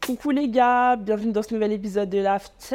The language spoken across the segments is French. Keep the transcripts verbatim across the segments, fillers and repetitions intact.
Coucou les gars, bienvenue dans ce nouvel épisode de l'After.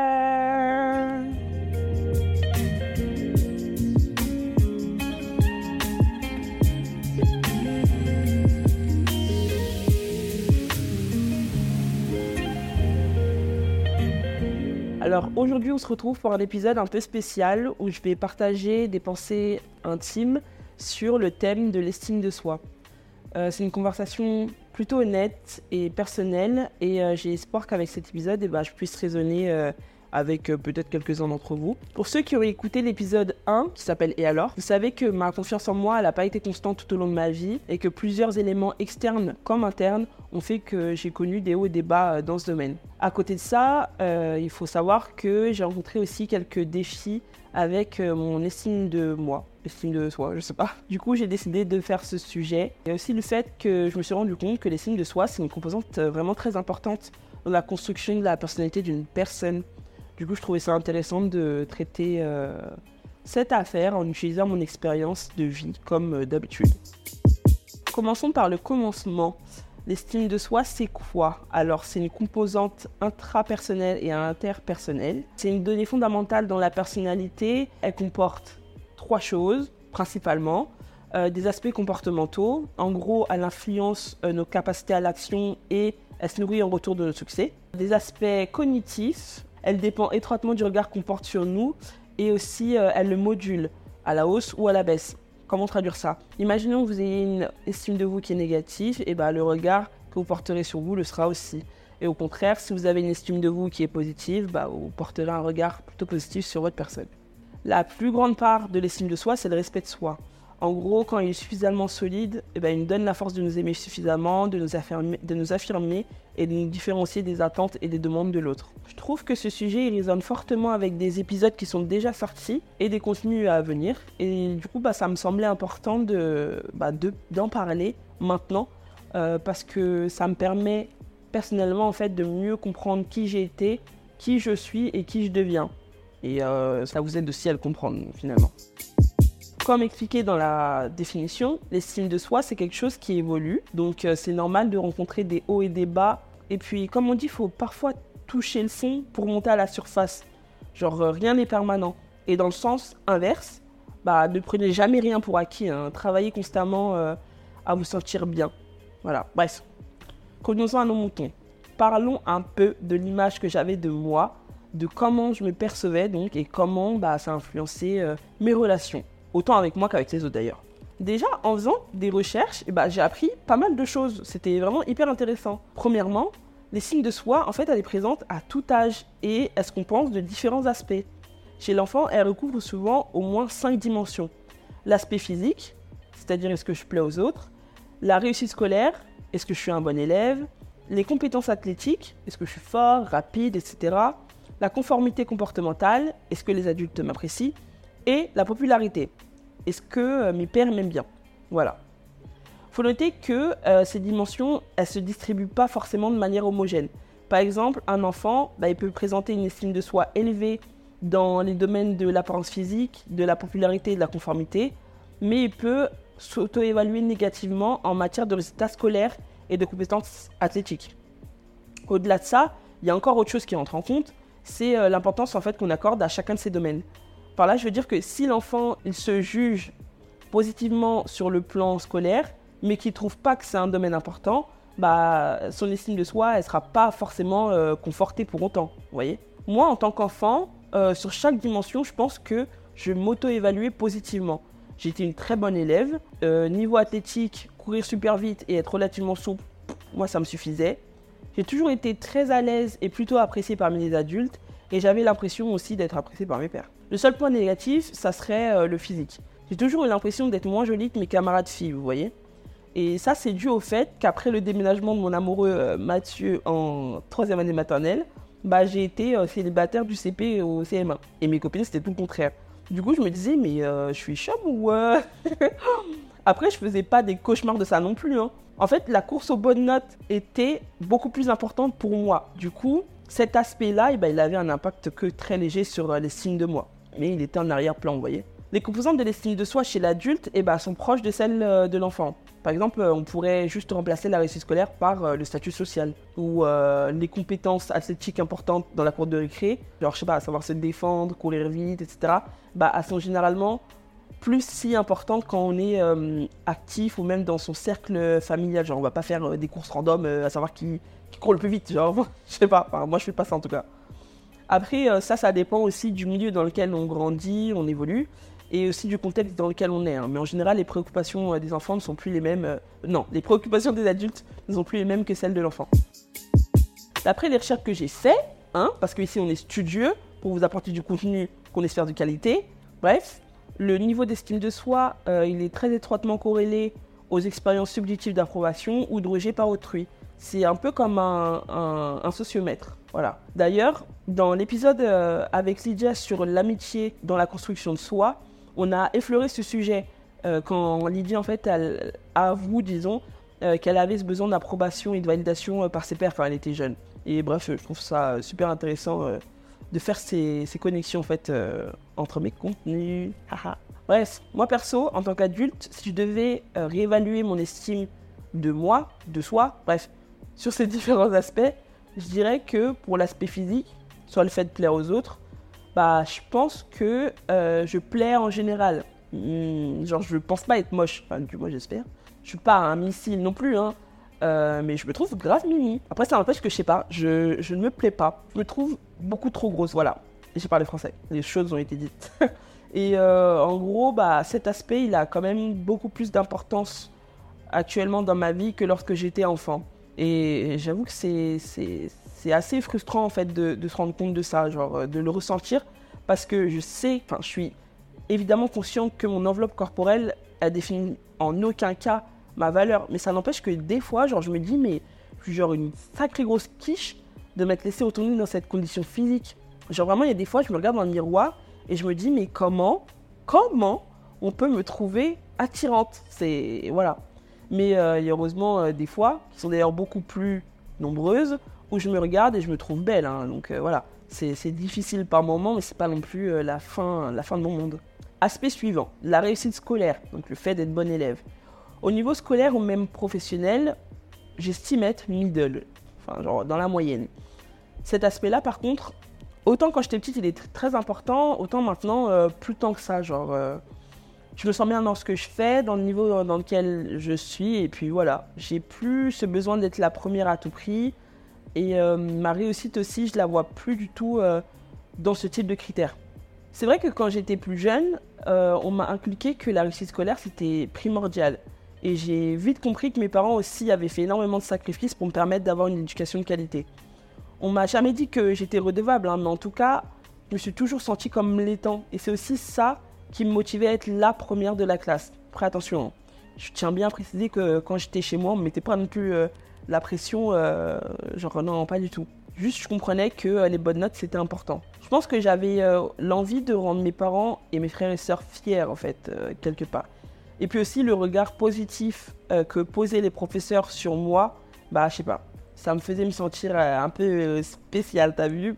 Alors aujourd'hui on se retrouve pour un épisode un peu spécial où je vais partager des pensées intimes sur le thème de l'estime de soi. Euh, c'est une conversation plutôt honnête et personnelle et euh, j'ai espoir qu'avec cet épisode eh ben, je puisse raisonner euh, avec euh, peut-être quelques-uns d'entre vous. Pour ceux qui auraient écouté l'épisode un qui s'appelle « Et alors ?», vous savez que ma confiance en moi elle n'a pas été constante tout au long de ma vie et que plusieurs éléments externes comme internes ont fait que j'ai connu des hauts et des bas euh, dans ce domaine. À côté de ça, euh, il faut savoir que j'ai rencontré aussi quelques défis avec euh, mon estime de moi. Estime de soi, je sais pas. Du coup, j'ai décidé de faire ce sujet. Et aussi le fait que je me suis rendu compte que l'estime de soi, c'est une composante vraiment très importante dans la construction de la personnalité d'une personne. Du coup, je trouvais ça intéressant de traiter euh, cette affaire en utilisant mon expérience de vie, comme euh, d'habitude. Commençons par le commencement. L'estime de soi, c'est quoi ? Alors, c'est une composante intrapersonnelle et interpersonnelle. C'est une donnée fondamentale dans la personnalité. Elle comporte trois choses, principalement. Euh, des aspects comportementaux. En gros, elle influence euh, nos capacités à l'action et elle se nourrit en retour de notre succès. Des aspects cognitifs. Elle dépend étroitement du regard qu'on porte sur nous et aussi euh, elle le module à la hausse ou à la baisse. Comment traduire ça ? Imaginons que vous ayez une estime de vous qui est négative, et ben le regard que vous porterez sur vous le sera aussi. Et au contraire, si vous avez une estime de vous qui est positive, bah, vous porterez un regard plutôt positif sur votre personne. La plus grande part de l'estime de soi, c'est le respect de soi. En gros, quand il est suffisamment solide, et ben, il nous donne la force de nous aimer suffisamment, de nous affirmer, de nous affirmer et de nous différencier des attentes et des demandes de l'autre. Je trouve que ce sujet il résonne fortement avec des épisodes qui sont déjà sortis et des contenus à venir. Et du coup, bah, ça me semblait important de, bah, de, d'en parler maintenant euh, parce que ça me permet personnellement en fait, de mieux comprendre qui j'ai été, qui je suis et qui je deviens. Et euh, ça vous aide aussi à le comprendre finalement. Comme expliqué dans la définition, l'estime de soi, c'est quelque chose qui évolue. Donc, euh, c'est normal de rencontrer des hauts et des bas. Et puis, comme on dit, il faut parfois toucher le fond pour monter à la surface. Genre, euh, rien n'est permanent. Et dans le sens inverse, bah, ne prenez jamais rien pour acquis. Hein. Travaillez constamment euh, à vous sentir bien. Voilà, bref. Revenons-en à nos moutons. Parlons un peu de l'image que j'avais de moi, de comment je me percevais donc, et comment bah, ça a influencé euh, mes relations. Autant avec moi qu'avec les autres d'ailleurs. Déjà, en faisant des recherches, eh ben, j'ai appris pas mal de choses. C'était vraiment hyper intéressant. Premièrement, l'estime de soi, en fait, elle est présente à tout âge et elle se compense de différents aspects. Chez l'enfant, elle recouvre souvent au moins cinq dimensions. L'aspect physique, c'est-à-dire est-ce que je plais aux autres. La réussite scolaire, est-ce que je suis un bon élève. Les compétences athlétiques, est-ce que je suis fort, rapide, et cetera. La conformité comportementale, est-ce que les adultes m'apprécient. Et la popularité. Est-ce que euh, mes pairs m'aiment bien ? Voilà. Il faut noter que euh, ces dimensions, elles ne se distribuent pas forcément de manière homogène. Par exemple, un enfant, bah, il peut présenter une estime de soi élevée dans les domaines de l'apparence physique, de la popularité et de la conformité, mais il peut s'auto-évaluer négativement en matière de résultats scolaires et de compétences athlétiques. Au-delà de ça, il y a encore autre chose qui entre en compte, c'est euh, l'importance en fait, qu'on accorde à chacun de ces domaines. Par là, je veux dire que si l'enfant il se juge positivement sur le plan scolaire, mais qu'il ne trouve pas que c'est un domaine important, bah, son estime de soi, elle ne sera pas forcément euh, confortée pour autant. Vous voyez ? Moi, en tant qu'enfant, euh, sur chaque dimension, je pense que je m'auto-évaluais positivement. J'étais une très bonne élève. Euh, niveau athlétique, courir super vite et être relativement souple, moi, ça me suffisait. J'ai toujours été très à l'aise et plutôt appréciée parmi les adultes. Et j'avais l'impression aussi d'être appréciée par mes pairs. Le seul point négatif, ça serait euh, le physique. J'ai toujours eu l'impression d'être moins jolie que mes camarades filles, vous voyez. Et ça, c'est dû au fait qu'après le déménagement de mon amoureux euh, Mathieu en troisième année maternelle, bah, j'ai été euh, célibataire du C P au C M un. Et mes copines, c'était tout le contraire. Du coup, je me disais, mais euh, je suis chum ou... Euh... Après, je faisais pas des cauchemars de ça non plus. Hein. En fait, la course aux bonnes notes était beaucoup plus importante pour moi. Du coup... cet aspect-là, eh ben, il avait un impact que très léger sur euh, l'estime de moi. Mais il était en arrière-plan, vous voyez. Les composantes de l'estime de soi chez l'adulte eh ben, sont proches de celles euh, de l'enfant. Par exemple, on pourrait juste remplacer la réussite scolaire par euh, le statut social ou euh, les compétences athlétiques importantes dans la cour de récré, genre je sais pas, savoir se défendre, courir vite, et cetera. Bah, elles sont généralement plus si importantes quand on est euh, actif ou même dans son cercle familial. Genre on va pas faire euh, des courses random euh, à savoir qui, qui court le plus vite. Genre je sais pas, enfin, moi je fais pas ça en tout cas. Après euh, ça, ça dépend aussi du milieu dans lequel on grandit, on évolue. Et aussi du contexte dans lequel on est. Hein. Mais en général, les préoccupations euh, des enfants ne sont plus les mêmes... Euh, non, les préoccupations des adultes ne sont plus les mêmes que celles de l'enfant. D'après les recherches que j'ai faites, hein, parce qu'ici on est studieux, pour vous apporter du contenu qu'on espère de qualité, bref, le niveau d'estime de soi, euh, il est très étroitement corrélé aux expériences subjectives d'approbation ou de rejet par autrui. C'est un peu comme un, un, un sociomètre. Voilà. D'ailleurs, dans l'épisode euh, avec Lydia sur l'amitié dans la construction de soi, on a effleuré ce sujet euh, quand Lydia, en fait, elle avoue, disons, euh, qu'elle avait ce besoin d'approbation et de validation euh, par ses pairs quand elle était jeune. Et bref, je trouve ça super intéressant euh, de faire ces, ces connexions, en fait, euh, entre mes contenus. Bref, moi perso, en tant qu'adulte, si je devais euh, réévaluer mon estime de moi, de soi, bref, sur ces différents aspects, je dirais que pour l'aspect physique, soit le fait de plaire aux autres, bah, je pense que euh, je plais en général. Mmh, genre, je pense pas être moche, enfin, du moins j'espère. Je suis pas un missile non plus, hein, euh, mais je me trouve grave mimi. Après, ça n'empêche que je sais pas, je, je ne me plais pas. Je me trouve beaucoup trop grosse, voilà. Et j'ai parlé français, les choses ont été dites. Et euh, en gros, bah, cet aspect, il a quand même beaucoup plus d'importance actuellement dans ma vie que lorsque j'étais enfant. Et j'avoue que c'est, c'est, c'est assez frustrant en fait de, de se rendre compte de ça, genre de le ressentir, parce que je sais, enfin je suis évidemment conscient que mon enveloppe corporelle a défini en aucun cas ma valeur, mais ça n'empêche que des fois, genre je me dis mais je suis genre une sacrée grosse quiche de m'être laissée retourner dans cette condition physique. Genre vraiment il y a des fois je me regarde dans le miroir et je me dis mais comment, comment on peut me trouver attirante, c'est voilà. Mais euh, il y a heureusement euh, des fois, qui sont d'ailleurs beaucoup plus nombreuses, où je me regarde et je me trouve belle. Hein. Donc euh, voilà, c'est, c'est difficile par moments, mais c'est pas non plus euh, la fin, la fin de mon monde. Aspect suivant, la réussite scolaire, donc le fait d'être bon élève. Au niveau scolaire ou même professionnel, j'estime être middle, enfin genre dans la moyenne. Cet aspect-là, par contre, autant quand j'étais petite, il est très important, autant maintenant, euh, plus tant que ça, genre... Euh, je me sens bien dans ce que je fais, dans le niveau dans lequel je suis, et puis voilà. J'ai plus ce besoin d'être la première à tout prix, et euh, ma réussite aussi, je la vois plus du tout euh, dans ce type de critères. C'est vrai que quand j'étais plus jeune, euh, on m'a inculqué que la réussite scolaire, c'était primordial. Et j'ai vite compris que mes parents aussi avaient fait énormément de sacrifices pour me permettre d'avoir une éducation de qualité. On m'a jamais dit que j'étais redevable, hein, mais en tout cas, je me suis toujours sentie comme l'étant. Et c'est aussi ça qui me motivait à être la première de la classe. Après, attention, je tiens bien à préciser que quand j'étais chez moi, on ne me mettait pas non plus euh, la pression, euh, genre non, pas du tout. Juste, je comprenais que euh, les bonnes notes, c'était important. Je pense que j'avais euh, l'envie de rendre mes parents et mes frères et sœurs fiers, en fait, euh, quelque part. Et puis aussi, le regard positif euh, que posaient les professeurs sur moi, bah, je sais pas, ça me faisait me sentir euh, un peu euh, spécial, t'as vu.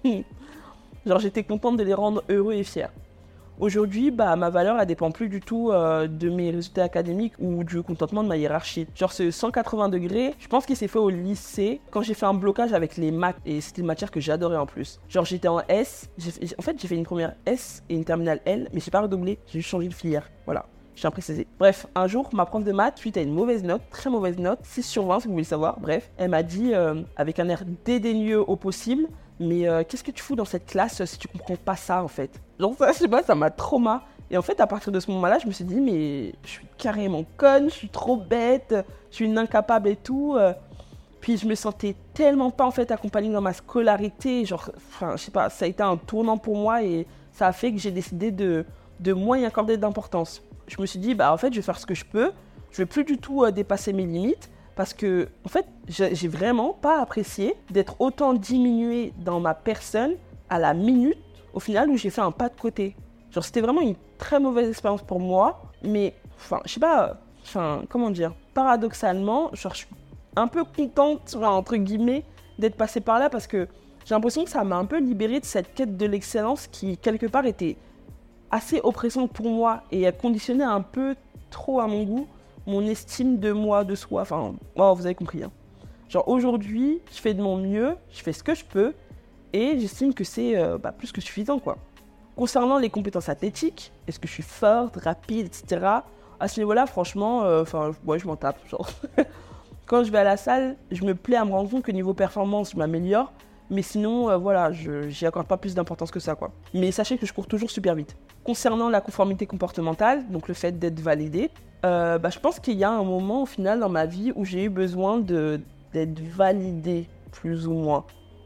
Genre, j'étais contente de les rendre heureux et fiers. Aujourd'hui, bah, ma valeur, elle dépend plus du tout euh, de mes résultats académiques ou du contentement de ma hiérarchie. Genre ce cent quatre-vingts degrés, je pense qu'il s'est fait au lycée quand j'ai fait un blocage avec les maths et c'était une matière que j'adorais en plus. Genre j'étais en S, j'ai fait, en fait j'ai fait une première S et une terminale L, mais j'ai pas redoublé, j'ai juste changé de filière. Voilà, je tiens à préciser. Bref, un jour, ma prof de maths, suite à une mauvaise note, très mauvaise note, six sur vingt si vous voulez savoir, bref, elle m'a dit euh, avec un air dédaigneux au possible, mais euh, qu'est-ce que tu fous dans cette classe si tu comprends pas ça en fait? Genre ça, je sais pas, ça m'a trauma. Et en fait, à partir de ce moment-là, je me suis dit, mais je suis carrément conne, je suis trop bête, je suis une incapable et tout. Puis je me sentais tellement pas en fait accompagnée dans ma scolarité, genre, enfin, je sais pas, ça a été un tournant pour moi et ça a fait que j'ai décidé de, de moins y accorder d'importance. Je me suis dit, bah en fait, je vais faire ce que je peux, je vais plus du tout euh, dépasser mes limites. Parce que, en fait, j'ai vraiment pas apprécié d'être autant diminuée dans ma personne à la minute, au final, où j'ai fait un pas de côté. Genre, c'était vraiment une très mauvaise expérience pour moi, mais, enfin, je sais pas, enfin, comment dire, paradoxalement, genre, je suis un peu contente, entre guillemets, d'être passée par là, parce que j'ai l'impression que ça m'a un peu libérée de cette quête de l'excellence qui, quelque part, était assez oppressante pour moi et a conditionné un peu trop à mon goût mon estime de moi, de soi, enfin, oh, vous avez compris. Hein. Genre aujourd'hui, je fais de mon mieux, je fais ce que je peux et j'estime que c'est euh, bah, plus que suffisant, quoi. Concernant les compétences athlétiques, est-ce que je suis forte, rapide, et cetera. À ce niveau-là, franchement, enfin, euh, ouais, je m'en tape, genre. Quand je vais à la salle, je me plais à me rendre compte que niveau performance, je m'améliore. Mais sinon, euh, voilà, je j'y accorde pas plus d'importance que ça, quoi. Mais sachez que je cours toujours super vite. Concernant la conformité comportementale, donc le fait d'être validé, euh, bah, je pense qu'il y a un moment, au final, dans ma vie où j'ai eu besoin de, d'être validé, plus ou moins.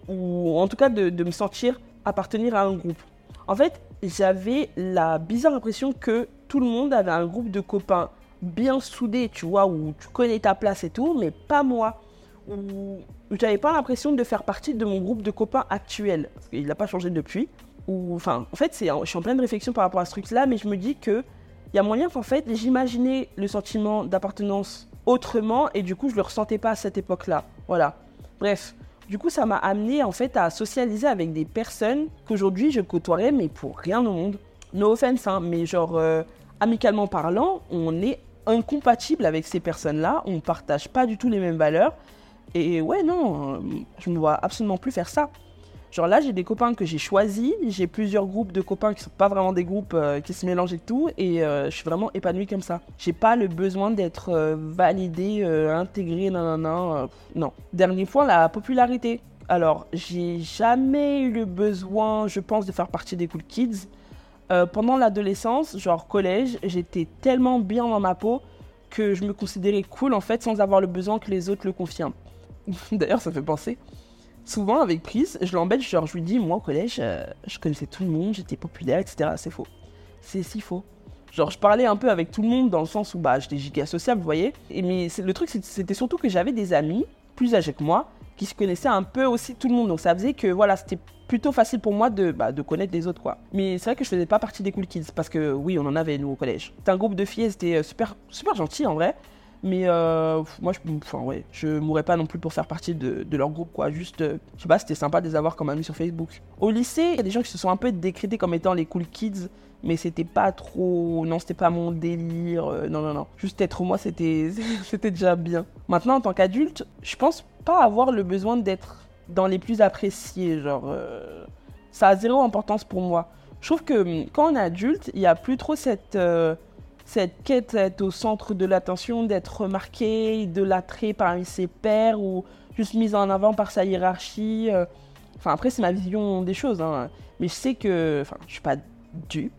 Ou en tout cas, de, de me sentir appartenir à un groupe. En fait, j'avais la bizarre impression que tout le monde avait un groupe de copains bien soudés, tu vois, où tu connais ta place et tout, mais pas moi. Où j'avais pas l'impression de faire partie de mon groupe de copains actuel, parce qu'il n'a pas changé depuis. Ou, enfin, en fait, c'est, je suis en pleine réflexion par rapport à ce truc-là, mais je me dis qu'il y a moyen qu'en fait, j'imaginais le sentiment d'appartenance autrement, et du coup, je le ressentais pas à cette époque-là. Voilà. Bref. Du coup, ça m'a amené en fait à socialiser avec des personnes qu'aujourd'hui je côtoierais, mais pour rien au monde. No offense, hein, mais genre, euh, amicalement parlant, on est incompatible avec ces personnes-là, on ne partage pas du tout les mêmes valeurs. Et ouais, non, euh, je ne me vois absolument plus faire ça. Genre là, j'ai des copains que j'ai choisis, j'ai plusieurs groupes de copains qui ne sont pas vraiment des groupes euh, qui se mélangent et tout, et euh, je suis vraiment épanouie comme ça. J'ai pas le besoin d'être euh, validée, euh, intégrée, nanana, euh, non. Dernier point, la popularité. Alors, j'ai jamais eu le besoin, je pense, de faire partie des cool kids. Euh, pendant l'adolescence, genre collège, j'étais tellement bien dans ma peau que je me considérais cool en fait, sans avoir le besoin que les autres le confirment. D'ailleurs, ça fait penser. Souvent, avec Prise, je l'embête, genre, je lui dis, moi, au collège, euh, je connaissais tout le monde, j'étais populaire, et cetera. C'est faux. C'est si faux. Genre, je parlais un peu avec tout le monde dans le sens où, bah, j'étais giga sociable, vous voyez. Et mais c'est, le truc, c'était surtout que j'avais des amis, plus âgés que moi, qui se connaissaient un peu aussi tout le monde. Donc, ça faisait que, voilà, c'était plutôt facile pour moi de, bah, de connaître les autres, quoi. Mais c'est vrai que je faisais pas partie des cool kids, parce que, oui, on en avait, nous, au collège. C'était un groupe de filles, c'était super, super gentil, en vrai. Mais euh, moi, je, enfin, ouais, je mourrais pas non plus pour faire partie de, de leur groupe, quoi. Juste, euh, je sais pas, c'était sympa de les avoir comme amis sur Facebook. Au lycée, il y a des gens qui se sont un peu décrétés comme étant les cool kids, mais c'était pas trop... Non, c'était pas mon délire. Euh, non, non, non. Juste être moi, c'était, c'était déjà bien. Maintenant, en tant qu'adulte, je pense pas avoir le besoin d'être dans les plus appréciés. Genre, euh, ça a zéro importance pour moi. Je trouve que quand on est adulte, il y a plus trop cette... Euh, cette quête d'être au centre de l'attention, d'être remarqué, idolâtré parmi ses pairs ou juste mise en avant par sa hiérarchie. Enfin, après, c'est ma vision des choses, hein. Mais je sais que... Enfin, je suis pas dupe.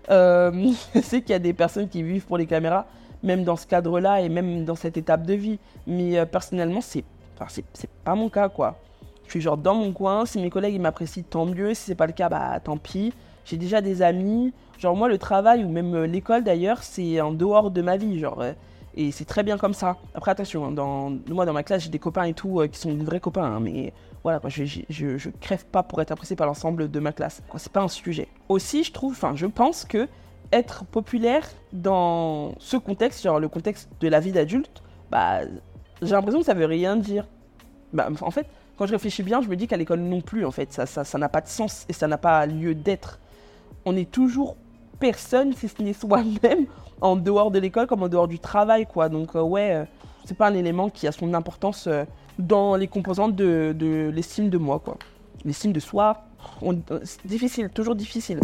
Euh, je sais qu'il y a des personnes qui vivent pour les caméras, même dans ce cadre-là et même dans cette étape de vie. Mais euh, personnellement, c'est, enfin, c'est, c'est pas mon cas, quoi. Je suis genre dans mon coin. Si mes collègues ils m'apprécient, tant mieux. Si c'est pas le cas, bah tant pis. J'ai déjà des amis. Genre moi, le travail ou même l'école d'ailleurs, c'est en dehors de ma vie, genre. Euh, et c'est très bien comme ça. Après, attention, hein, dans, moi dans ma classe, j'ai des copains et tout euh, qui sont de vrais copains. Hein, mais voilà, quoi, je, je, je, je crève pas pour être apprécié par l'ensemble de ma classe. Quoi, c'est pas un sujet. Aussi, je trouve, enfin, je pense que être populaire dans ce contexte, genre le contexte de la vie d'adulte, bah, j'ai l'impression que ça veut rien dire. Bah, en fait, quand je réfléchis bien, je me dis qu'à l'école non plus, en fait, ça, ça, ça n'a pas de sens et ça n'a pas lieu d'être. On est toujours personne, si ce n'est soi-même, en dehors de l'école comme en dehors du travail, quoi. Donc, euh, ouais, euh, c'est pas un élément qui a son importance euh, dans les composantes de, de l'estime de moi, quoi. L'estime de soi, on, c'est difficile, toujours difficile.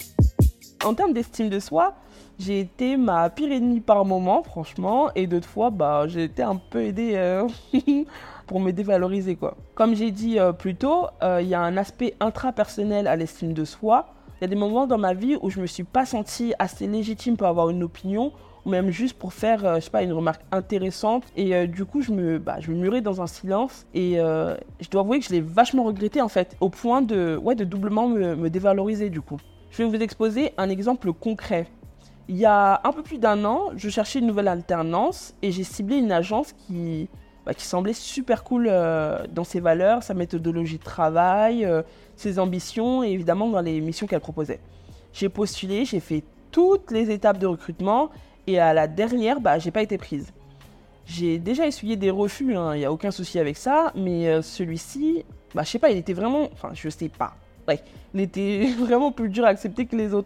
En termes d'estime de soi, j'ai été ma pire ennemie par moment, franchement, et d'autres fois, bah, j'ai été un peu aidée euh, pour me dévaloriser, quoi. Comme j'ai dit euh, plus tôt, il euh, y a un aspect intrapersonnel à l'estime de soi. Il y a des moments dans ma vie où je me suis pas sentie assez légitime pour avoir une opinion, ou même juste pour faire, euh, je sais pas, une remarque intéressante. Et euh, du coup, je me, bah, je me murais dans un silence. Et euh, je dois avouer que je l'ai vachement regretté, en fait, au point de, ouais, de doublement me, me dévaloriser, du coup. Je vais vous exposer un exemple concret. Il y a un peu plus d'un an, je cherchais une nouvelle alternance et j'ai ciblé une agence qui, bah, qui semblait super cool euh, dans ses valeurs, sa méthodologie de travail, euh, ses ambitions et évidemment dans les missions qu'elle proposait. J'ai postulé, j'ai fait toutes les étapes de recrutement et à la dernière, bah, j'ai pas été prise. J'ai déjà essuyé des refus, il hein, n'y a aucun souci avec ça, mais euh, celui-ci, bah, je sais pas, il était vraiment... Enfin, je sais pas. Ouais, il était vraiment plus dur à accepter que les autres.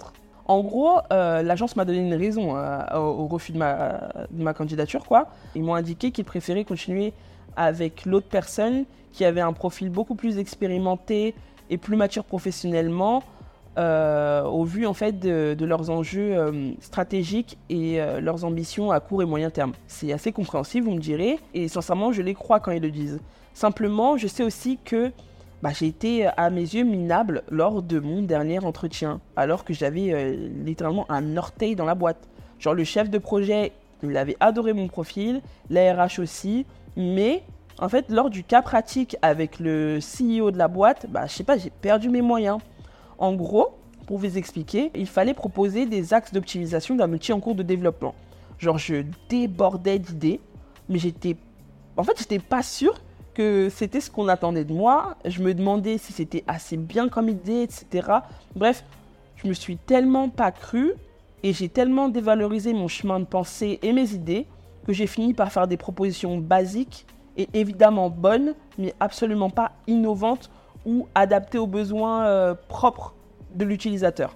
En gros, euh, l'agence m'a donné une raison euh, au, au refus de ma, de ma candidature, quoi. Ils m'ont indiqué qu'ils préféraient continuer avec l'autre personne qui avait un profil beaucoup plus expérimenté et plus mature professionnellement euh, au vu en fait de, de leurs enjeux euh, stratégiques et euh, leurs ambitions à court et moyen terme. C'est assez compréhensible, vous me direz, et sincèrement, je les crois quand ils le disent. Simplement, je sais aussi que bah, j'ai été à mes yeux minable lors de mon dernier entretien, alors que j'avais euh, littéralement un orteil dans la boîte. Genre le chef de projet, il avait adoré mon profil, la R H aussi, mais en fait lors du cas pratique avec le C E O de la boîte, bah, je sais pas, j'ai perdu mes moyens. En gros, pour vous expliquer, il fallait proposer des axes d'optimisation d'un outil en cours de développement. Genre je débordais d'idées, mais j'étais, en fait j'étais pas sûre que c'était ce qu'on attendait de moi. Je me demandais si c'était assez bien comme idée, et cetera. Bref, je me suis tellement pas cru et j'ai tellement dévalorisé mon chemin de pensée et mes idées que j'ai fini par faire des propositions basiques et évidemment bonnes, mais absolument pas innovantes ou adaptées aux besoins euh, propres de l'utilisateur.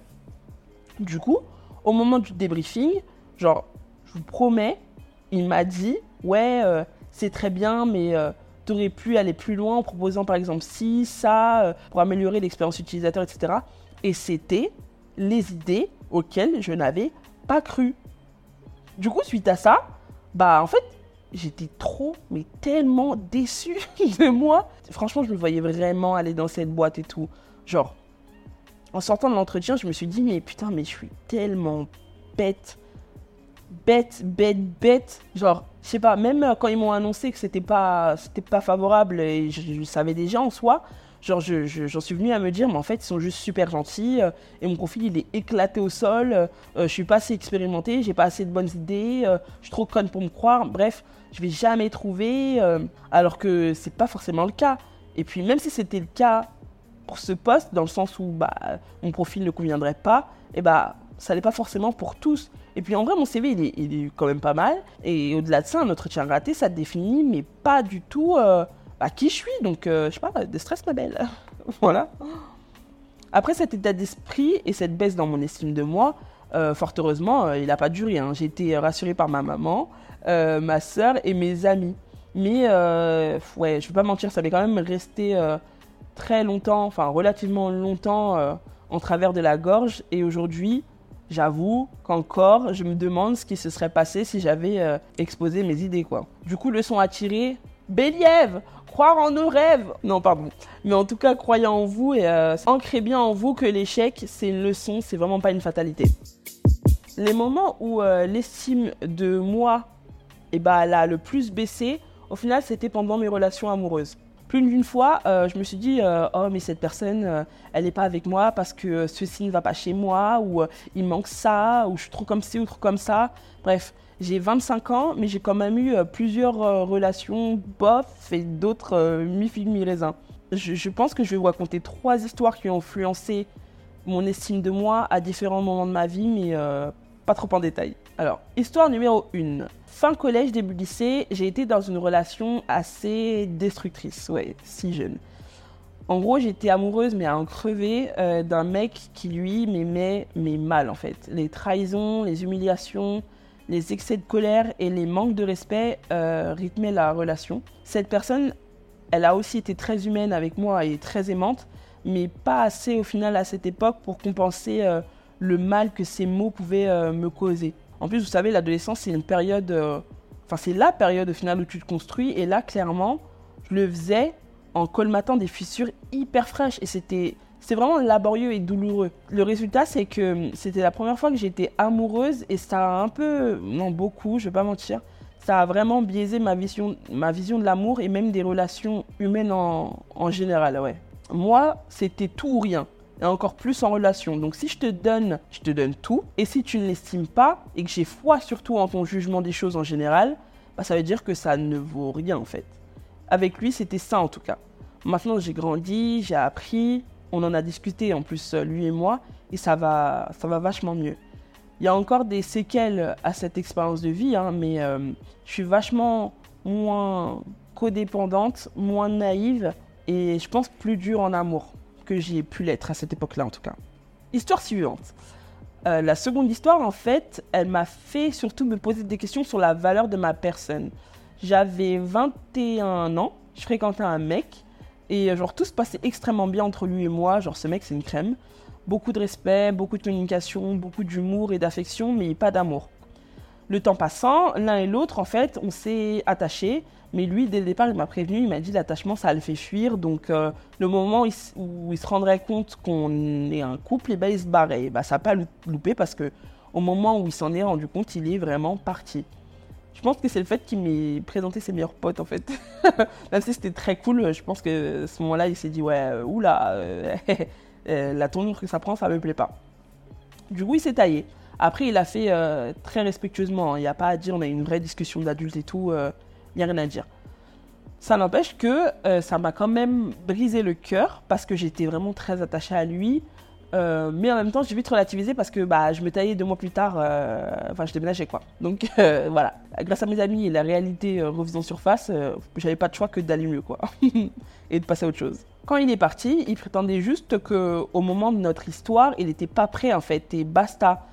Du coup, au moment du débriefing, genre, je vous promets, il m'a dit « Ouais, euh, c'est très bien, mais... Euh, tu aurais pu aller plus loin en proposant par exemple ci, ça, euh, pour améliorer l'expérience utilisateur, et cetera. » Et c'était les idées auxquelles je n'avais pas cru. Du coup, suite à ça, bah en fait, j'étais trop, mais tellement déçue de moi. Franchement, je me voyais vraiment aller dans cette boîte et tout. Genre, en sortant de l'entretien, je me suis dit, mais putain, mais je suis tellement bête. Bête, bête, bête. Genre, je sais pas, même quand ils m'ont annoncé que c'était pas, c'était pas favorable et je, je le savais déjà en soi, genre, je, je, j'en suis venue à me dire, mais en fait, ils sont juste super gentils euh, et mon profil, il est éclaté au sol. Euh, je suis pas assez expérimentée, j'ai pas assez de bonnes idées, euh, je suis trop conne pour me croire. Bref, je vais jamais trouver, euh, alors que c'est pas forcément le cas. Et puis, même si c'était le cas pour ce poste, dans le sens où bah, mon profil ne conviendrait pas, et bah, ça n'est pas forcément pour tous. Et puis en vrai, mon C V, il est, il est quand même pas mal. Et au-delà de ça, un entretien raté, ça définit, mais pas du tout euh, bah, qui je suis. Donc, euh, je sais pas, de stress, ma belle. Voilà. Après cet état d'esprit et cette baisse dans mon estime de moi, euh, fort heureusement, euh, il n'a pas duré. Hein. J'ai été rassurée par ma maman, euh, ma soeur et mes amis. Mais, euh, ouais, je vais pas mentir, ça m'est quand même resté euh, très longtemps, enfin relativement longtemps euh, en travers de la gorge. Et aujourd'hui, j'avoue qu'encore, je me demande ce qui se serait passé si j'avais euh, exposé mes idées, quoi. Du coup, leçon à tirer, Béliève, croire en nos rêves. Non, pardon. Mais en tout cas, croyez en vous et euh, ancrez bien en vous que l'échec, c'est une leçon, c'est vraiment pas une fatalité. Les moments où euh, l'estime de moi, eh ben, elle a le plus baissé, au final, c'était pendant mes relations amoureuses. Plus d'une fois, euh, je me suis dit euh, « Oh, mais cette personne, euh, elle n'est pas avec moi parce que euh, ceci ne va pas chez moi, ou euh, il manque ça, ou je suis trop comme ci ou trop comme ça. » Bref, j'ai vingt-cinq ans, mais j'ai quand même eu euh, plusieurs euh, relations bof et d'autres euh, mi-figue, mi-raisin. Je, je pense que je vais vous raconter trois histoires qui ont influencé mon estime de moi à différents moments de ma vie, mais euh, pas trop en détail. Alors, histoire numéro un. Fin collège, début lycée, j'ai été dans une relation assez destructrice, ouais, si jeune. En gros, j'étais amoureuse, mais à en crever, euh, d'un mec qui, lui, m'aimait, mais mal, en fait. Les trahisons, les humiliations, les excès de colère et les manques de respect euh, rythmaient la relation. Cette personne, elle a aussi été très humaine avec moi et très aimante, mais pas assez, au final, à cette époque pour compenser euh, le mal que ces mots pouvaient euh, me causer. En plus, vous savez, l'adolescence, c'est une période... Euh, enfin, c'est la période, au final, où tu te construis. Et là, clairement, je le faisais en colmatant des fissures hyper fraîches. Et c'était, c'était vraiment laborieux et douloureux. Le résultat, c'est que c'était la première fois que j'étais amoureuse. Et ça a un peu... Non, beaucoup, je vais pas mentir. Ça a vraiment biaisé ma vision, ma vision de l'amour et même des relations humaines en, en général, ouais. Moi, c'était tout ou rien. Et encore plus en relation. Donc si je te donne, je te donne tout. Et si tu ne l'estimes pas et que j'ai foi surtout en ton jugement des choses en général, bah, ça veut dire que ça ne vaut rien en fait. Avec lui, c'était ça en tout cas. Maintenant, j'ai grandi, j'ai appris, on en a discuté en plus lui et moi, et ça va, ça va vachement mieux. Il y a encore des séquelles à cette expérience de vie, hein, mais euh, je suis vachement moins codépendante, moins naïve et je pense plus dure en amour que j'ai pu l'être à cette époque-là en tout cas. Histoire suivante. Euh, la seconde histoire, en fait, elle m'a fait surtout me poser des questions sur la valeur de ma personne. J'avais vingt et un ans, je fréquentais un mec, et genre tout se passait extrêmement bien entre lui et moi. Genre ce mec, c'est une crème. Beaucoup de respect, beaucoup de communication, beaucoup d'humour et d'affection, mais pas d'amour. Le temps passant, l'un et l'autre, en fait, on s'est attachés. Mais lui, dès le départ, il m'a prévenu, il m'a dit l'attachement, ça le fait fuir. Donc, euh, le moment où il, où il se rendrait compte qu'on est un couple, et ben, il se barrait. Et ben, ça n'a pas loupé parce qu'au moment où il s'en est rendu compte, il est vraiment parti. Je pense que c'est le fait qu'il m'ait présenté ses meilleurs potes, en fait. Même si c'était très cool, je pense que à ce moment-là, il s'est dit, ouais, euh, oula, euh, la tournure que ça prend, ça me plaît pas. Du coup, il s'est taillé. Après, il a fait euh, très respectueusement. Il n'y a pas à dire, on a eu une vraie discussion d'adulte et tout. Il euh, n'y a rien à dire. Ça n'empêche que euh, ça m'a quand même brisé le cœur parce que j'étais vraiment très attachée à lui. Euh, mais en même temps, j'ai vite relativisé parce que bah, je me taillais deux mois plus tard. Euh, enfin, je déménageais quoi. Donc euh, voilà. Grâce à mes amis et la réalité euh, refaisant surface, euh, j'avais pas de choix que d'aller mieux quoi. Et de passer à autre chose. Quand il est parti, il prétendait juste qu'au moment de notre histoire, il n'était pas prêt en fait. Et basta.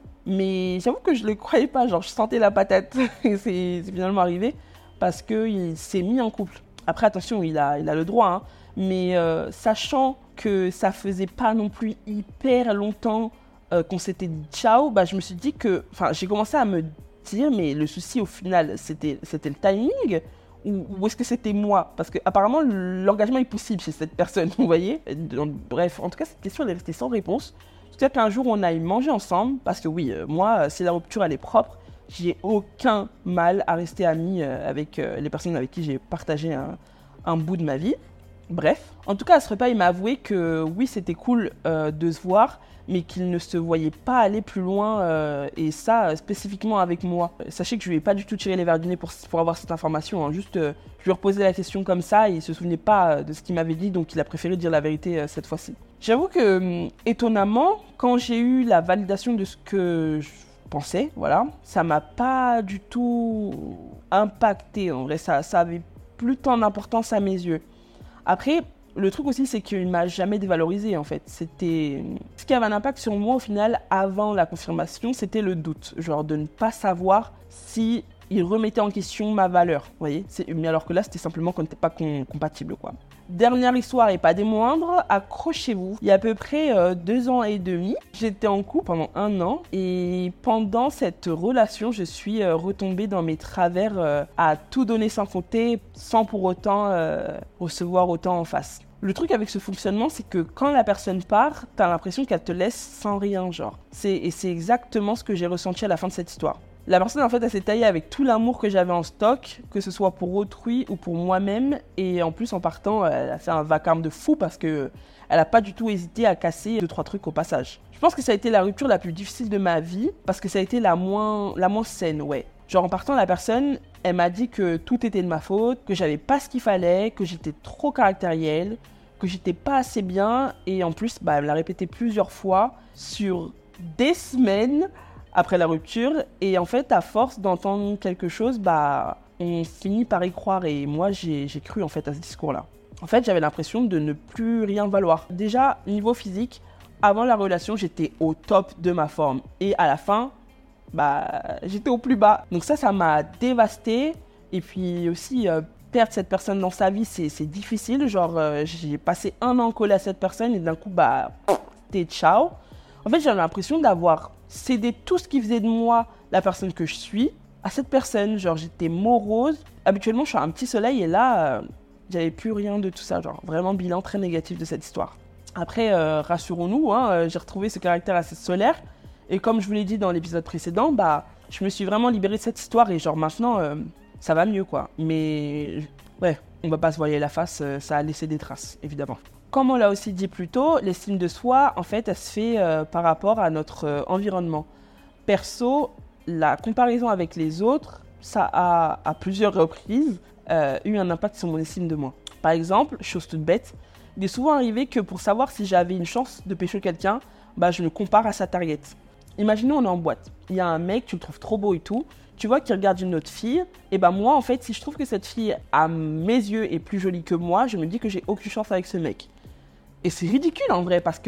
Mais j'avoue que je ne le croyais pas, genre je sentais la patate. Et c'est, c'est finalement arrivé parce qu'il s'est mis en couple. Après, attention, il a, il a le droit, hein, mais euh, sachant que ça faisait pas non plus hyper longtemps euh, qu'on s'était dit ciao, bah, je me suis dit que, enfin, j'ai commencé à me dire, mais le souci au final, c'était, c'était le timing ou, ou est-ce que c'était moi? Parce qu'apparemment, l'engagement est possible chez cette personne, vous voyez. Donc, bref, en tout cas, cette question, elle est restée sans réponse. Jusqu'à qu'un jour, on aille manger ensemble, parce que oui, euh, moi, si la rupture, elle est propre, j'ai aucun mal à rester amie euh, avec euh, les personnes avec qui j'ai partagé un, un bout de ma vie. Bref, en tout cas, à ce repas, il m'a avoué que oui, c'était cool euh, de se voir, mais qu'il ne se voyait pas aller plus loin, euh, et ça, euh, spécifiquement avec moi. Sachez que je lui ai pas du tout tiré les verres du nez pour, pour avoir cette information, hein. Juste, euh, je lui ai reposé la question comme ça, et il se souvenait pas euh, de ce qu'il m'avait dit, donc il a préféré dire la vérité euh, cette fois-ci. J'avoue que, euh, étonnamment, quand j'ai eu la validation de ce que je pensais, voilà, ça m'a pas du tout impacté, en vrai, ça, ça avait plus tant d'importance à mes yeux. Après, le truc aussi, c'est qu'il ne m'a jamais dévalorisé, en fait. C'était... Ce qui avait un impact sur moi, au final, avant la confirmation, c'était le doute. Genre de ne pas savoir si il remettait en question ma valeur, vous voyez. C'est... Mais alors que là, c'était simplement qu'on n'était pas com- compatible, quoi. Dernière histoire et pas des moindres, accrochez-vous. Il y a à peu près euh, deux ans et demi, j'étais en couple pendant un an et pendant cette relation, je suis euh, retombée dans mes travers euh, à tout donner sans compter, sans pour autant euh, recevoir autant en face. Le truc avec ce fonctionnement, c'est que quand la personne part, t'as l'impression qu'elle te laisse sans rien, genre. C'est, et c'est exactement ce que j'ai ressenti à la fin de cette histoire. La personne, en fait, elle s'est taillée avec tout l'amour que j'avais en stock, que ce soit pour autrui ou pour moi-même. Et en plus, en partant, elle a fait un vacarme de fou parce qu'elle n'a pas du tout hésité à casser deux, trois trucs au passage. Je pense que ça a été la rupture la plus difficile de ma vie parce que ça a été la moins, la moins saine, ouais. Genre, en partant, la personne, elle m'a dit que tout était de ma faute, que j'avais pas ce qu'il fallait, que j'étais trop caractérielle, que j'étais pas assez bien. Et en plus, bah, elle me l'a répété plusieurs fois sur des semaines après la rupture, et en fait, à force d'entendre quelque chose, bah, on finit par y croire, et moi, j'ai, j'ai cru en fait à ce discours-là. En fait, j'avais l'impression de ne plus rien valoir. Déjà, niveau physique, avant la relation, j'étais au top de ma forme, et à la fin, bah, j'étais au plus bas. Donc ça, ça m'a dévastée, et puis aussi, euh, perdre cette personne dans sa vie, c'est, c'est difficile. Genre, euh, j'ai passé un an collé à cette personne, et d'un coup, bah, c'était ciao. En fait, j'avais l'impression d'avoir cédé tout ce qui faisait de moi la personne que je suis à cette personne. Genre, j'étais morose. Habituellement, je suis un petit soleil et là, euh, j'avais plus rien de tout ça. Genre, vraiment bilan très négatif de cette histoire. Après, euh, rassurons-nous, hein, euh, j'ai retrouvé ce caractère assez solaire. Et comme je vous l'ai dit dans l'épisode précédent, bah, je me suis vraiment libérée de cette histoire et genre maintenant, euh, ça va mieux, quoi. Mais, ouais, on va pas se voiler la face, euh, ça a laissé des traces, évidemment. Comme on l'a aussi dit plus tôt, l'estime de soi, en fait, elle se fait euh, par rapport à notre euh, environnement. Perso, la comparaison avec les autres, ça a, à plusieurs reprises, euh, eu un impact sur mon estime de moi. Par exemple, chose toute bête, il est souvent arrivé que pour savoir si j'avais une chance de pécho quelqu'un, bah, je me compare à sa target. Imaginons, on est en boîte, il y a un mec, tu le trouves trop beau et tout, tu vois qu'il regarde une autre fille, et bah moi, en fait, si je trouve que cette fille, à mes yeux, est plus jolie que moi, je me dis que j'ai aucune chance avec ce mec. Et c'est ridicule en vrai, parce que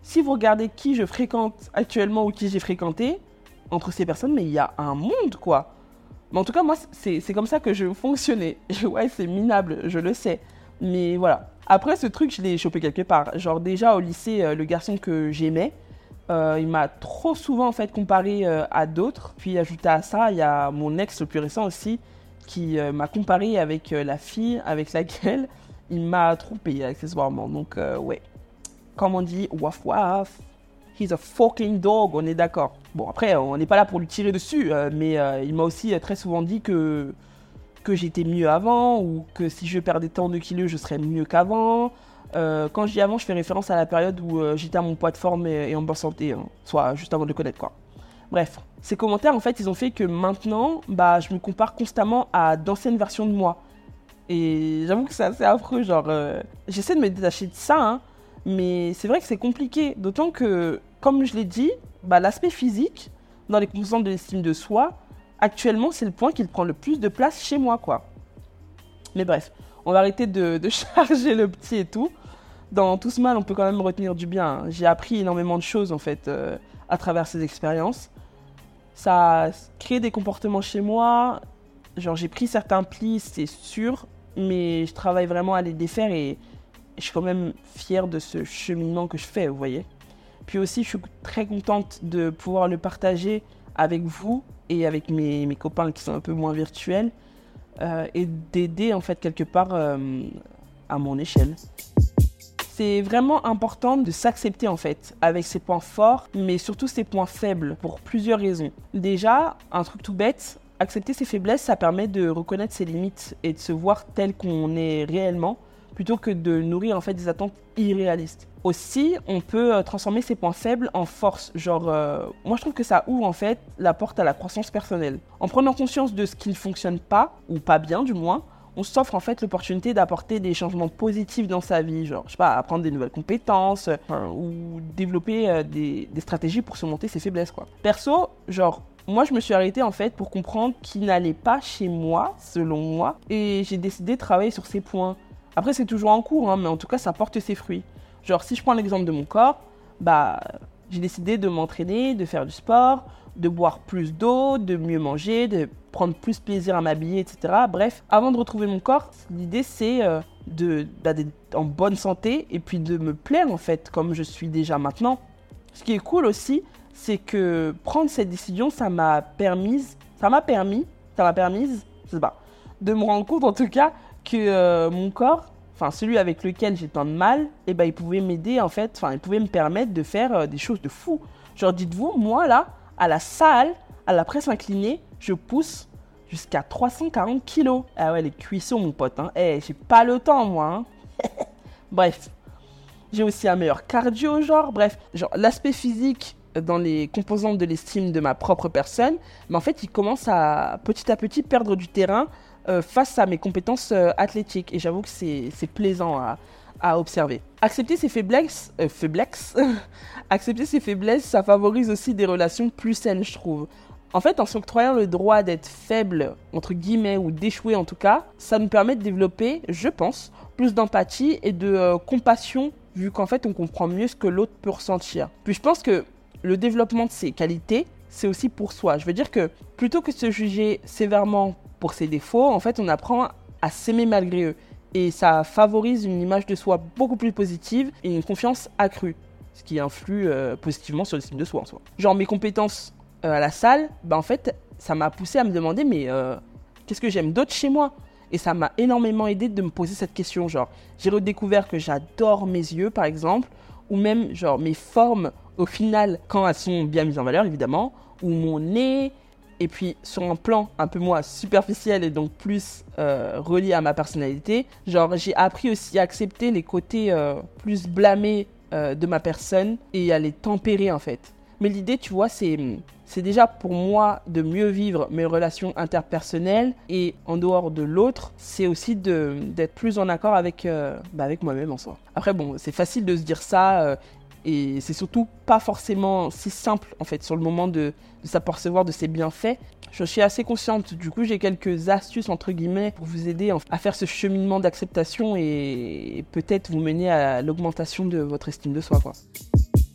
Si vous regardez qui je fréquente actuellement ou qui j'ai fréquenté, entre ces personnes, mais il y a un monde, quoi. Mais en tout cas, moi, c'est, c'est comme ça que je fonctionnais. Ouais, c'est minable, je le sais. Mais voilà. Après, ce truc, je l'ai chopé quelque part. Genre, déjà, au lycée, euh, le garçon que j'aimais, euh, il m'a trop souvent, en fait, comparé euh, à d'autres. Puis, ajouté à ça, il y a mon ex le plus récent aussi, qui euh, m'a comparé avec euh, la fille avec laquelle il m'a trompé, accessoirement. Donc, euh, ouais. Comme on dit, waf waf. He's a fucking dog, on est d'accord. Bon, après, on n'est pas là pour lui tirer dessus, euh, mais euh, il m'a aussi euh, très souvent dit que, que j'étais mieux avant, ou que si je perdais tant de kilos, je serais mieux qu'avant. Euh, quand je dis avant, je fais référence à la période où euh, j'étais à mon poids de forme et, et en bonne santé, hein, soit juste avant de le connaître, quoi. Bref, ces commentaires, en fait, ils ont fait que maintenant, bah, je me compare constamment à d'anciennes versions de moi. Et j'avoue que c'est assez affreux, genre, euh, j'essaie de me détacher de ça, hein, mais c'est vrai que c'est compliqué, d'autant que, comme je l'ai dit, bah, l'aspect physique, dans les composantes de l'estime de soi, actuellement, c'est le point qui prend le plus de place chez moi, quoi. Mais bref, on va arrêter de, de charger le petit et tout. Dans tout ce mal, on peut quand même retenir du bien, hein. J'ai appris énormément de choses, en fait, euh, à travers ces expériences. Ça a créé des comportements chez moi, genre j'ai pris certains plis, c'est sûr, mais je travaille vraiment à les défaire et je suis quand même fière de ce cheminement que je fais, vous voyez. Puis aussi, je suis très contente de pouvoir le partager avec vous et avec mes, mes copains qui sont un peu moins virtuels euh, et d'aider en fait quelque part euh, à mon échelle. C'est vraiment important de s'accepter en fait, avec ses points forts, mais surtout ses points faibles, pour plusieurs raisons. Déjà, un truc tout bête, accepter ses faiblesses, ça permet de reconnaître ses limites et de se voir tel qu'on est réellement, plutôt que de nourrir en fait des attentes irréalistes. Aussi, on peut euh, transformer ses points faibles en force. Genre, euh, moi je trouve que ça ouvre en fait la porte à la croissance personnelle. En prenant conscience de ce qui ne fonctionne pas, ou pas bien du moins, on s'offre en fait l'opportunité d'apporter des changements positifs dans sa vie, genre, je sais pas, apprendre des nouvelles compétences, euh, ou développer euh, des, des stratégies pour surmonter ses faiblesses, quoi. Perso, genre, moi je me suis arrêtée en fait pour comprendre qui n'allait pas chez moi, selon moi, et j'ai décidé de travailler sur ces points. Après, c'est toujours en cours, hein, mais en tout cas, ça porte ses fruits. Genre, si je prends l'exemple de mon corps, bah, j'ai décidé de m'entraîner, de faire du sport, de boire plus d'eau, de mieux manger, de prendre plus plaisir à m'habiller, et cetera. Bref, avant de retrouver mon corps, l'idée, c'est euh, de, bah, d'être en bonne santé et puis de me plaire, en fait, comme je suis déjà maintenant. Ce qui est cool aussi, c'est que prendre cette décision, ça m'a permis, ça m'a permis, ça m'a permis, je sais pas, de me rendre compte, en tout cas, que euh, mon corps, enfin celui avec lequel j'ai tant de mal, eh ben, il pouvait m'aider en fait, enfin il pouvait me permettre de faire euh, des choses de fou. Genre dites-vous, moi là, à la salle, à la presse inclinée, je pousse jusqu'à trois cent quarante kilos. Ah ouais, les cuissons mon pote, hein. Eh, j'ai pas le temps moi, hein. Bref, j'ai aussi un meilleur cardio genre, bref, genre l'aspect physique dans les composantes de l'estime de ma propre personne, mais en fait il commence à petit à petit perdre du terrain Euh, face à mes compétences euh, athlétiques. Et j'avoue que c'est, c'est plaisant à, à observer. Accepter ses faiblesses, euh, faiblesses accepter ses faiblesses, ça favorise aussi des relations plus saines, je trouve. En fait, en s'octroyant le droit d'être faible, entre guillemets, ou d'échouer en tout cas, ça nous permet de développer, je pense, plus d'empathie et de euh, compassion, vu qu'en fait, on comprend mieux ce que l'autre peut ressentir. Puis je pense que le développement de ses qualités, c'est aussi pour soi. Je veux dire que plutôt que de se juger sévèrement pour ses défauts, en fait, on apprend à s'aimer malgré eux. Et ça favorise une image de soi beaucoup plus positive et une confiance accrue, ce qui influe euh, positivement sur l'estime de soi en soi. Genre mes compétences euh, à la salle, bah en fait, ça m'a poussé à me demander, mais euh, qu'est-ce que j'aime d'autre chez moi ? Et ça m'a énormément aidé de me poser cette question. Genre, j'ai redécouvert que j'adore mes yeux, par exemple, ou même genre mes formes, au final, quand elles sont bien mises en valeur, évidemment, ou mon nez. Et puis, sur un plan un peu moins superficiel et donc plus euh, relié à ma personnalité, genre, j'ai appris aussi à accepter les côtés euh, plus blâmés euh, de ma personne et à les tempérer, en fait. Mais l'idée, tu vois, c'est, c'est déjà pour moi de mieux vivre mes relations interpersonnelles et en dehors de l'autre, c'est aussi de, d'être plus en accord avec, euh, bah, avec moi-même en soi. Après, bon, c'est facile de se dire ça euh, et c'est surtout pas forcément si simple, en fait, sur le moment de, de s'apercevoir de ses bienfaits. Je suis assez consciente, du coup, j'ai quelques astuces, entre guillemets, pour vous aider à faire ce cheminement d'acceptation et peut-être vous mener à l'augmentation de votre estime de soi, quoi.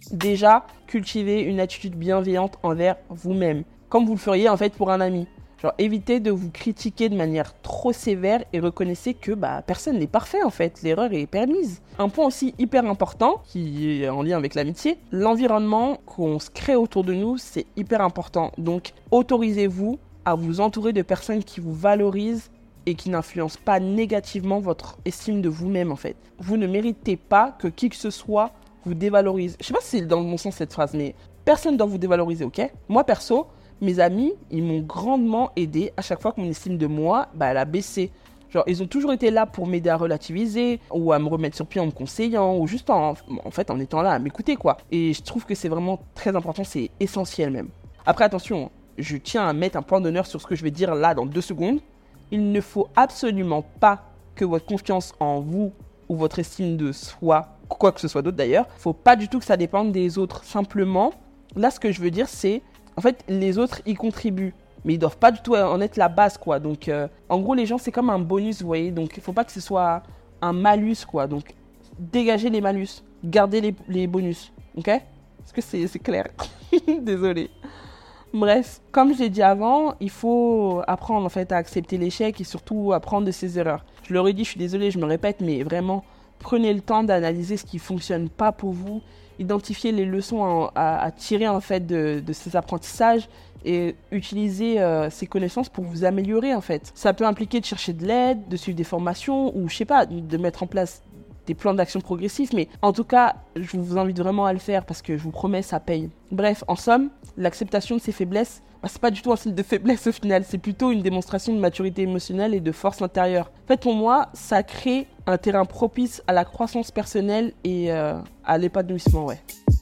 Déjà, cultivez une attitude bienveillante envers vous-même, comme vous le feriez en fait pour un ami. Genre, évitez de vous critiquer de manière trop sévère et reconnaissez que bah, personne n'est parfait en fait, l'erreur est permise. Un point aussi hyper important, qui est en lien avec l'amitié, l'environnement qu'on se crée autour de nous, c'est hyper important. Donc, autorisez-vous à vous entourer de personnes qui vous valorisent et qui n'influencent pas négativement votre estime de vous-même en fait. Vous ne méritez pas que qui que ce soit vous dévalorise. Je sais pas si c'est dans le bon sens cette phrase, mais personne ne doit vous dévaloriser, ok ? Moi perso, mes amis, ils m'ont grandement aidé à chaque fois que mon estime de moi, bah, elle a baissé. Genre, ils ont toujours été là pour m'aider à relativiser, ou à me remettre sur pied en me conseillant, ou juste en, en fait en étant là à m'écouter, quoi. Et je trouve que c'est vraiment très important, c'est essentiel même. Après, attention, je tiens à mettre un point d'honneur sur ce que je vais dire là dans deux secondes. Il ne faut absolument pas que votre confiance en vous ou votre estime de soi, quoi que ce soit d'autre d'ailleurs, faut pas du tout que ça dépende des autres. Simplement, là, ce que je veux dire, c'est en fait, les autres, ils contribuent, mais ils doivent pas du tout en être la base, quoi. Donc, euh, en gros, les gens, c'est comme un bonus, vous voyez. Donc, il faut pas que ce soit un malus, quoi. Donc, dégagez les malus, gardez les, les bonus, ok ? Est-ce que c'est, c'est clair ? Désolée. Bref, comme je l'ai dit avant, il faut apprendre en fait à accepter l'échec et surtout apprendre de ses erreurs. Je leur ai dit, je suis désolée, je me répète, mais vraiment, prenez le temps d'analyser ce qui ne fonctionne pas pour vous. Identifier les leçons à, à, à tirer en fait de, de ces apprentissages et utiliser euh, ces connaissances pour vous améliorer en fait. Ça peut impliquer de chercher de l'aide, de suivre des formations ou je sais pas, de mettre en place des plans d'action progressifs, mais en tout cas, je vous invite vraiment à le faire parce que je vous promets, ça paye. Bref, en somme, l'acceptation de ses faiblesses, bah, c'est pas du tout un signe de faiblesse au final, c'est plutôt une démonstration de maturité émotionnelle et de force intérieure. En fait, pour moi, ça crée un terrain propice à la croissance personnelle et euh, à l'épanouissement, ouais.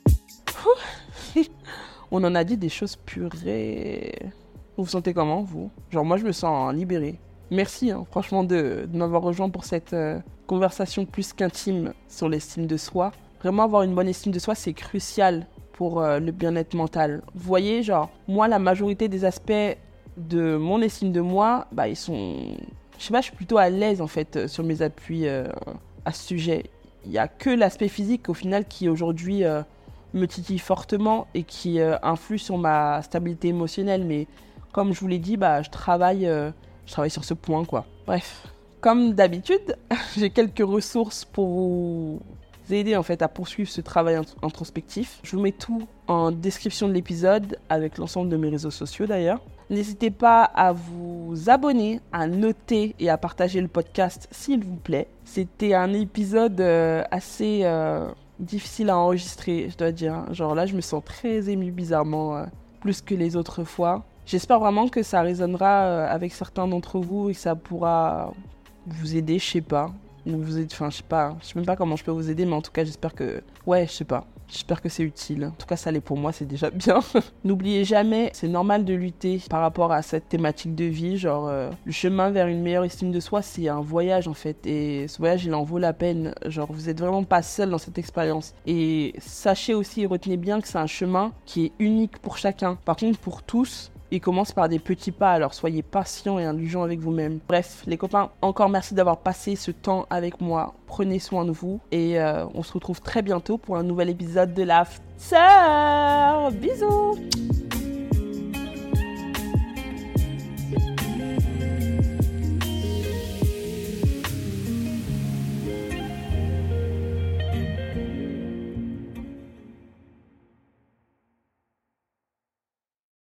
On en a dit des choses purées. Vous vous sentez comment, vous ? Genre, moi, je me sens libérée. Merci, hein, franchement, de, de m'avoir rejoint pour cette euh, conversation plus qu'intime sur l'estime de soi. Vraiment, avoir une bonne estime de soi, c'est crucial pour euh, le bien-être mental. Vous voyez, genre, moi, la majorité des aspects de mon estime de moi, bah, ils sont... Je sais pas, je suis plutôt à l'aise, en fait, euh, sur mes appuis euh, à ce sujet. Il n'y a que l'aspect physique, au final, qui, aujourd'hui, euh, me titille fortement et qui euh, influe sur ma stabilité émotionnelle. Mais comme je vous l'ai dit, bah, je travaille... Euh, Je travaille sur ce point, quoi. Bref, comme d'habitude, j'ai quelques ressources pour vous aider en fait à poursuivre ce travail introspectif. Je vous mets tout en description de l'épisode avec l'ensemble de mes réseaux sociaux d'ailleurs. N'hésitez pas à vous abonner, à noter et à partager le podcast s'il vous plaît. C'était un épisode euh, assez euh, difficile à enregistrer, je dois dire. Genre là, je me sens très émue bizarrement, euh, plus que les autres fois. J'espère vraiment que ça résonnera avec certains d'entre vous et que ça pourra vous aider, je sais pas. Vous aider, enfin, je sais pas, je sais même pas comment je peux vous aider, mais en tout cas, j'espère que... Ouais, je sais pas. J'espère que c'est utile. En tout cas, ça l'est pour moi, c'est déjà bien. N'oubliez jamais, c'est normal de lutter par rapport à cette thématique de vie. Genre, euh, le chemin vers une meilleure estime de soi, c'est un voyage, en fait. Et ce voyage, il en vaut la peine. Genre, vous êtes vraiment pas seul dans cette expérience. Et sachez aussi et retenez bien que c'est un chemin qui est unique pour chacun. Par contre, pour tous... Il commence par des petits pas, alors soyez patients et indulgents avec vous-même. Bref, les copains, encore merci d'avoir passé ce temps avec moi. Prenez soin de vous et euh, on se retrouve très bientôt pour un nouvel épisode de l'After. Bisous!